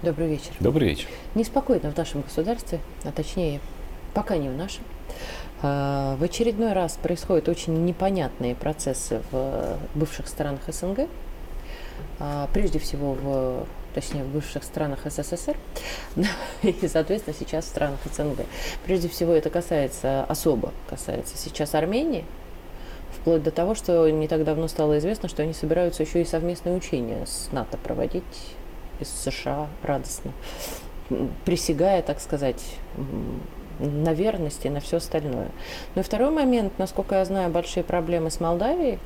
Добрый вечер. Добрый вечер. Неспокойно в нашем государстве, а точнее, пока не в нашем. В очередной раз происходят очень непонятные процессы в бывших странах СНГ, прежде всего в бывших странах СССР и, соответственно, сейчас в странах СНГ. Прежде всего это особо касается сейчас Армении, вплоть до того, что не так давно стало известно, что они собираются еще и совместные учения с НАТО проводить из США радостно, присягая, так сказать, на верность и на все остальное. Ну и второй момент, насколько я знаю, большие проблемы с Молдавией,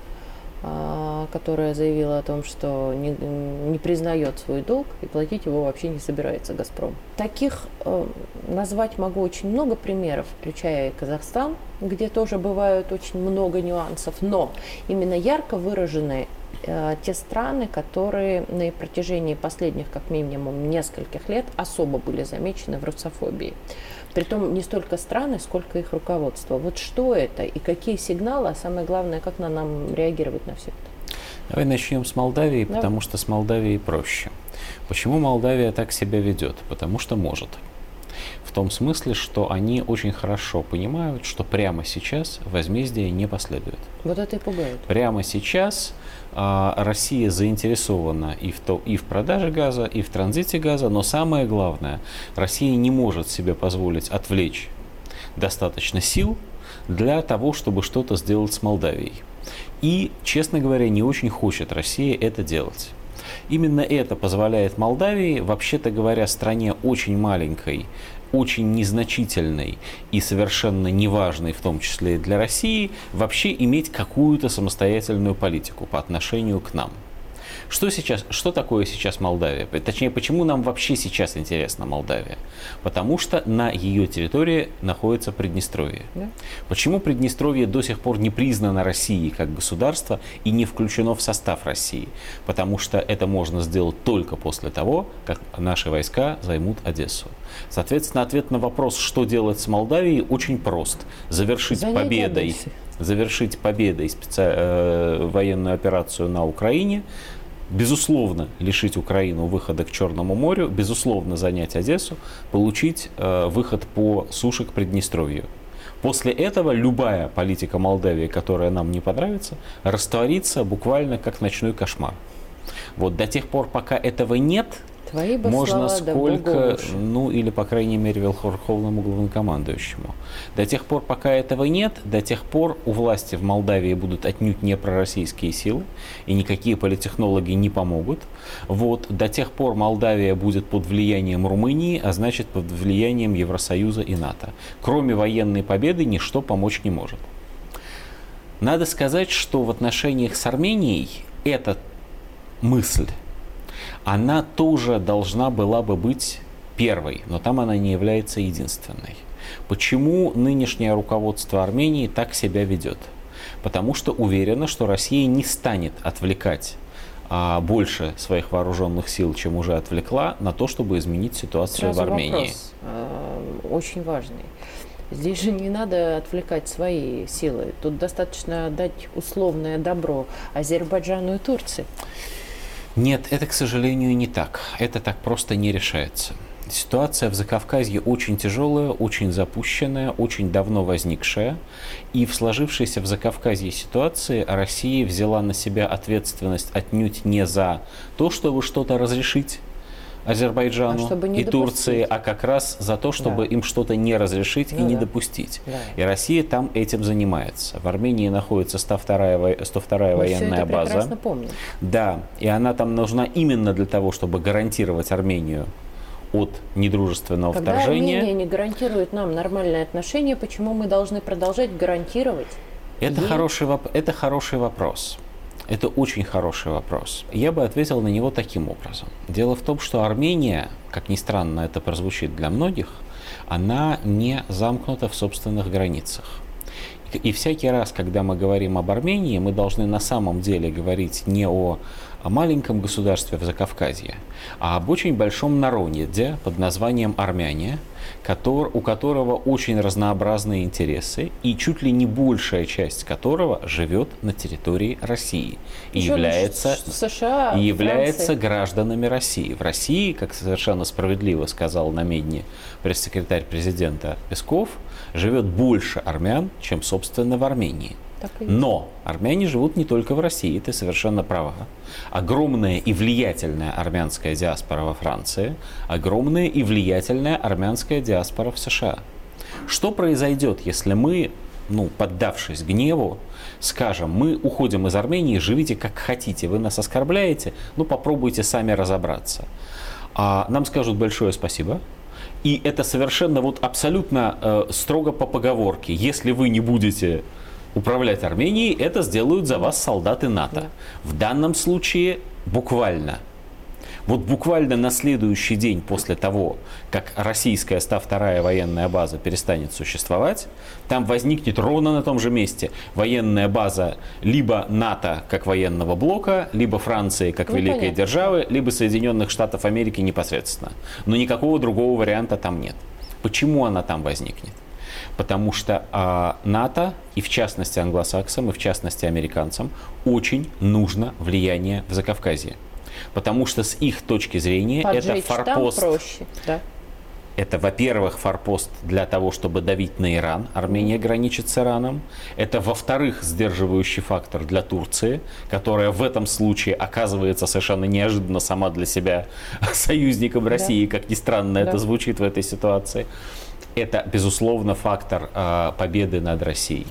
которая заявила о том, что не признает свой долг и платить его вообще не собирается «Газпром». Таких назвать могу очень много примеров, включая и Казахстан, где тоже бывают очень много нюансов, но именно ярко выраженные те страны, которые на протяжении последних, как минимум, нескольких лет особо были замечены в русофобии. Притом не столько страны, сколько их руководство. Вот что это и какие сигналы, а самое главное, как нам реагировать на все это? Давай начнем с Молдавии, потому что с Молдавией проще. Почему Молдавия так себя ведет? Потому что может. В том смысле, что они очень хорошо понимают, что прямо сейчас возмездие не последует. Вот это и пугает. Прямо сейчас Россия заинтересована и в продаже газа, и в транзите газа, но самое главное, Россия не может себе позволить отвлечь достаточно сил для того, чтобы что-то сделать с Молдавией. И, честно говоря, не очень хочет Россия это делать. Именно это позволяет Молдавии, вообще-то говоря, стране очень маленькой, очень незначительной и совершенно неважной, в том числе и для России, вообще иметь какую-то самостоятельную политику по отношению к нам. Что такое сейчас Молдавия? Точнее, почему нам вообще сейчас интересна Молдавия? Потому что на ее территории находится Приднестровье. Да. Почему Приднестровье до сих пор не признано Россией как государство и не включено в состав России? Потому что это можно сделать только после того, как наши войска займут Одессу. Соответственно, ответ на вопрос, что делать с Молдавией, очень прост. Завершить победой военную операцию на Украине, безусловно, лишить Украину выхода к Черному морю, безусловно, занять Одессу, получить выход по суше к Приднестровью. После этого любая политика Молдавии, которая нам не понравится, растворится буквально как ночной кошмар. Вот до тех пор, пока этого нет, можно сколько, или, по крайней мере, Верховному главнокомандующему. До тех пор, пока этого нет, до тех пор у власти в Молдавии будут отнюдь не пророссийские силы, и никакие политтехнологи не помогут. Вот, до тех пор Молдавия будет под влиянием Румынии, а значит, под влиянием Евросоюза и НАТО. Кроме военной победы ничто помочь не может. Надо сказать, что в отношениях с Арменией эта мысль, она тоже должна была бы быть первой, но там она не является единственной. Почему нынешнее руководство Армении так себя ведет? Потому что уверено, что Россия не станет отвлекать больше своих вооруженных сил, чем уже отвлекла, на то, чтобы изменить ситуацию в Армении. Вопрос, очень важный. Здесь же не надо отвлекать свои силы. Тут достаточно дать условное добро Азербайджану и Турции. Нет, это, к сожалению, не так. Это так просто не решается. Ситуация в Закавказье очень тяжелая, очень запущенная, очень давно возникшая. И в сложившейся в Закавказье ситуации Россия взяла на себя ответственность отнюдь не за то, чтобы что-то разрешить Азербайджану и Турции, а как раз за то, чтобы им что-то не разрешить и не допустить. Да. И Россия там этим занимается. В Армении находится 102-я военная база. Прекрасно помню. Да, и она там нужна именно для того, чтобы гарантировать Армению от недружественного вторжения. Армения не гарантирует нам нормальные отношения, почему мы должны продолжать гарантировать? Это хороший вопрос. Это очень хороший вопрос. Я бы ответил на него таким образом. Дело в том, что Армения, как ни странно это прозвучит для многих, она не замкнута в собственных границах. И И всякий раз, когда мы говорим об Армении, мы должны на самом деле говорить не о маленьком государстве в Закавказье, а об очень большом народе под названием армяне, у которого очень разнообразные интересы и чуть ли не большая часть которого живет на территории России и является, США, является гражданами России. В России, как совершенно справедливо сказал на Медне пресс-секретарь президента Песков, живет больше армян, чем, собственно, в Армении. Но армяне живут не только в России, ты совершенно права. Огромная и влиятельная армянская диаспора во Франции, огромная и влиятельная армянская диаспора в США. Что произойдет, если мы, поддавшись гневу, скажем, мы уходим из Армении, живите как хотите, вы нас оскорбляете, попробуйте сами разобраться. А нам скажут большое спасибо. И это совершенно абсолютно строго по поговорке. Если вы не будете управлять Арменией, это сделают за вас солдаты НАТО. Да. В данном случае буквально. Буквально на следующий день после того, как российская 102-я военная база перестанет существовать, там возникнет ровно на том же месте военная база либо НАТО как военного блока, либо Франции как великой державы, либо Соединенных Штатов Америки непосредственно. Но никакого другого варианта там нет. Почему она там возникнет? Потому что НАТО, и в частности англосаксам, и в частности американцам, очень нужно влияние в Закавказье. Потому что с их точки зрения это форпост. Там проще, да? Это, во-первых, форпост для того, чтобы давить на Иран. Армения граничит с Ираном. Это, во-вторых, сдерживающий фактор для Турции, которая в этом случае оказывается совершенно неожиданно сама для себя союзником России, как ни странно это звучит в этой ситуации. Это, безусловно, фактор победы над Россией.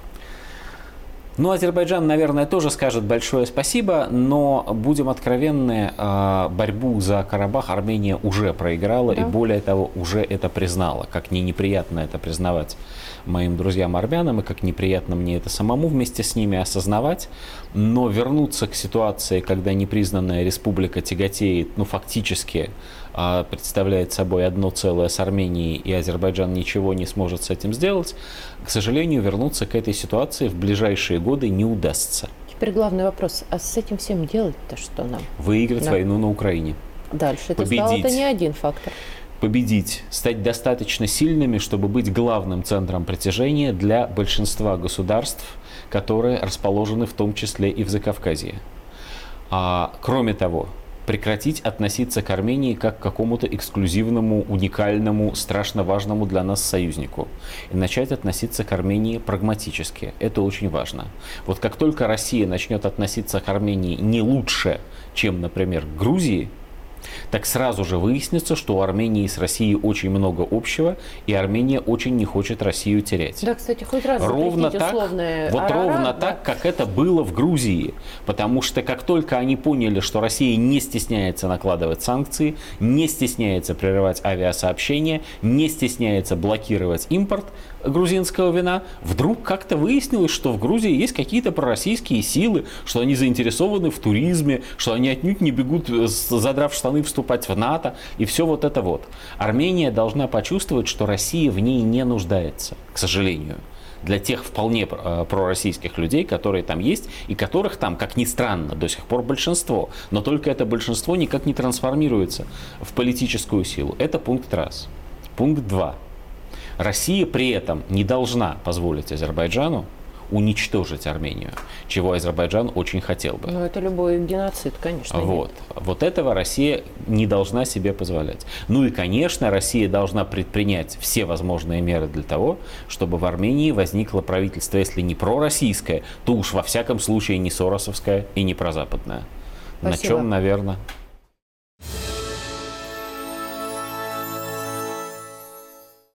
Азербайджан, наверное, тоже скажет большое спасибо, но, будем откровенны, борьбу за Карабах Армения уже проиграла, и более того, уже это признала. Как ни неприятно это признавать моим друзьям-армянам, и как неприятно мне это самому вместе с ними осознавать, но вернуться к ситуации, когда непризнанная республика тяготеет, фактически представляет собой одно целое с Арменией, и Азербайджан ничего не сможет с этим сделать, к сожалению, вернуться к этой ситуации в ближайшие годы не удастся. Теперь главный вопрос, а с этим всем делать-то что нам? Выиграть войну на Украине. Дальше ты сказал, это не один фактор. Победить, стать достаточно сильными, чтобы быть главным центром притяжения для большинства государств, которые расположены в том числе и в Закавказье. Кроме того, прекратить относиться к Армении как к какому-то эксклюзивному, уникальному, страшно важному для нас союзнику. И начать относиться к Армении прагматически. Это очень важно. Как только Россия начнет относиться к Армении не лучше, чем, например, к Грузии, так сразу же выяснится, что у Армении с Россией очень много общего, и Армения очень не хочет Россию терять. Да, кстати, хоть раз ровно так, условное ровно так, как это было в Грузии. Потому что как только они поняли, что Россия не стесняется накладывать санкции, не стесняется прерывать авиасообщения, не стесняется блокировать импорт грузинского вина, вдруг как-то выяснилось, что в Грузии есть какие-то пророссийские силы, что они заинтересованы в туризме, что они отнюдь не бегут, задрав штаны, вступать в НАТО, и все это. Армения должна почувствовать, что Россия в ней не нуждается, к сожалению, для тех вполне пророссийских людей, которые там есть, и которых там, как ни странно, до сих пор большинство. Но только это большинство никак не трансформируется в политическую силу. Это пункт раз. Пункт два. Россия при этом не должна позволить Азербайджану уничтожить Армению, чего Азербайджан очень хотел бы. Это любой геноцид, конечно. Вот этого Россия не должна себе позволять. И, конечно, Россия должна предпринять все возможные меры для того, чтобы в Армении возникло правительство, если не пророссийское, то уж во всяком случае не соросовское и не прозападное. Спасибо. На чем, наверное,